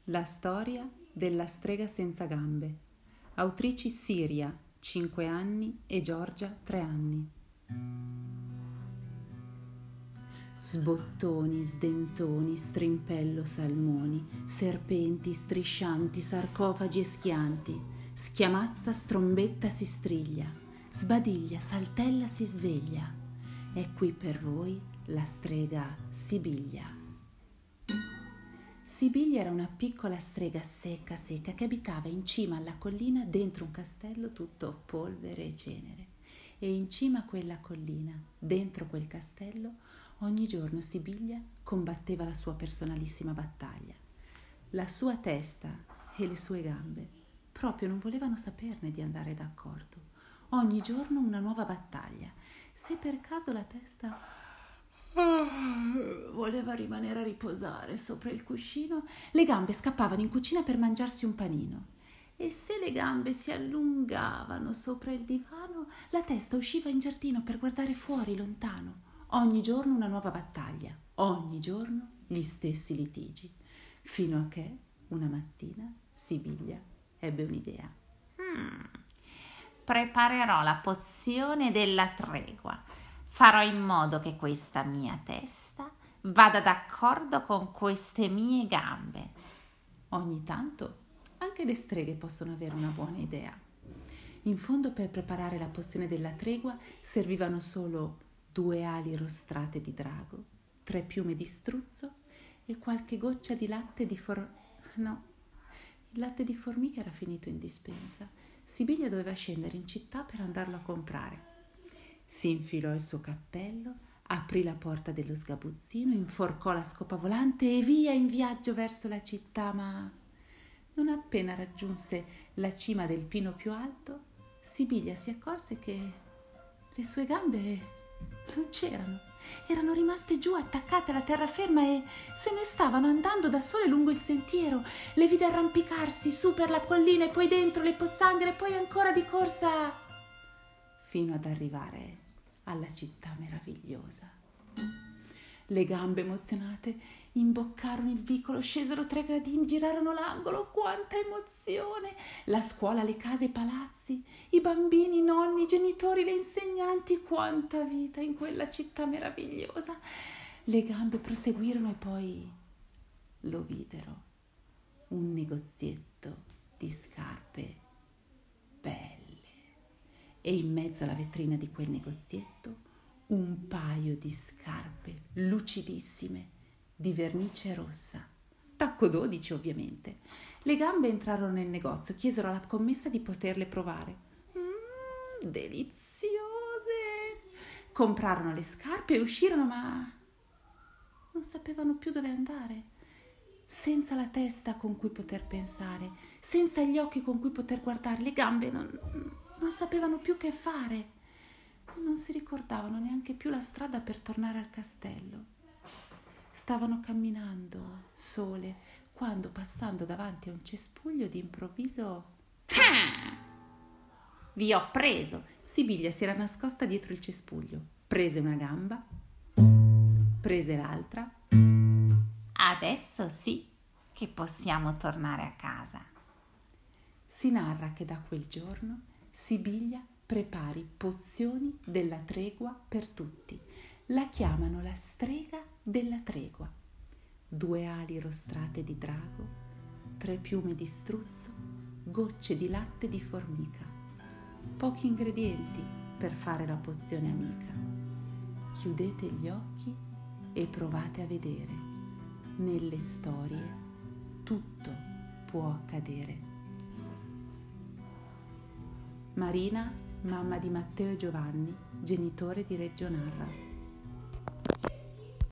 La storia della strega senza gambe. Autrici Siria, 5 anni, e Giorgia, 3 anni. Sbottoni, sdentoni, strimpello, salmoni, serpenti, striscianti, sarcofagi e schianti, schiamazza, strombetta, si striglia, sbadiglia, saltella, si sveglia. È qui per voi la strega Sibiglia. Sibiglia era una piccola strega secca che abitava in cima alla collina dentro un castello tutto polvere e cenere. E in cima a quella collina, dentro quel castello, ogni giorno Sibiglia combatteva la sua personalissima battaglia. La sua testa e le sue gambe proprio non volevano saperne di andare d'accordo. Ogni giorno una nuova battaglia. Se per caso la testa voleva rimanere a riposare sopra il cuscino, le gambe scappavano in cucina per mangiarsi un panino. E se le gambe si allungavano sopra il divano, la testa usciva in giardino per guardare fuori lontano. Ogni giorno una nuova battaglia, ogni giorno gli stessi litigi, fino a che una mattina Sibiglia ebbe un'idea. Preparerò la pozione della tregua. Farò in modo che questa mia testa vada d'accordo con queste mie gambe. Ogni tanto anche le streghe possono avere una buona idea. In fondo, per preparare la pozione della tregua servivano solo 2 ali rostrate di drago, 3 piume di struzzo e qualche goccia di latte di No, il latte di formica era finito in dispensa. Sibiglia doveva scendere in città per andarlo a comprare. Si infilò il suo cappello, aprì la porta dello sgabuzzino, inforcò la scopa volante e via in viaggio verso la città, ma non appena raggiunse la cima del pino più alto, Sibiglia si accorse che le sue gambe non c'erano. Erano rimaste giù attaccate alla terraferma e se ne stavano andando da sole lungo il sentiero. Le vide arrampicarsi su per la collina e poi dentro le pozzanghere e poi ancora di corsa fino ad arrivare alla città meravigliosa. Le gambe emozionate imboccarono il vicolo, scesero 3 gradini, girarono l'angolo. Quanta emozione! La scuola, le case, i palazzi, i bambini, i nonni, i genitori, le insegnanti, quanta vita in quella città meravigliosa! Le gambe proseguirono e poi lo videro, un negozietto di scarpe belle. E in mezzo alla vetrina di quel negozietto un paio di scarpe lucidissime di vernice rossa, tacco 12 ovviamente. Le gambe entrarono nel negozio, chiesero alla commessa di poterle provare. Deliziose! Comprarono le scarpe e uscirono, ma non sapevano più dove andare. Senza la testa con cui poter pensare, senza gli occhi con cui poter guardare, le gambe non sapevano più che fare. Non si ricordavano neanche più la strada per tornare al castello. Stavano camminando sole quando, passando davanti a un cespuglio, d'improvviso vi ho preso! Sibiglia si era nascosta dietro il cespuglio, prese una gamba, prese l'altra. Adesso sì che possiamo tornare a casa. Si narra che da quel giorno Sibiglia prepari pozioni della tregua per tutti. La chiamano la strega della tregua. 2 ali rostrate di drago, 3 piume di struzzo, gocce di latte di formica. Pochi ingredienti per fare la pozione amica. Chiudete gli occhi e provate a vedere. Nelle storie tutto può accadere. Marina, mamma di Matteo e Giovanni, genitore di Reggio Narra.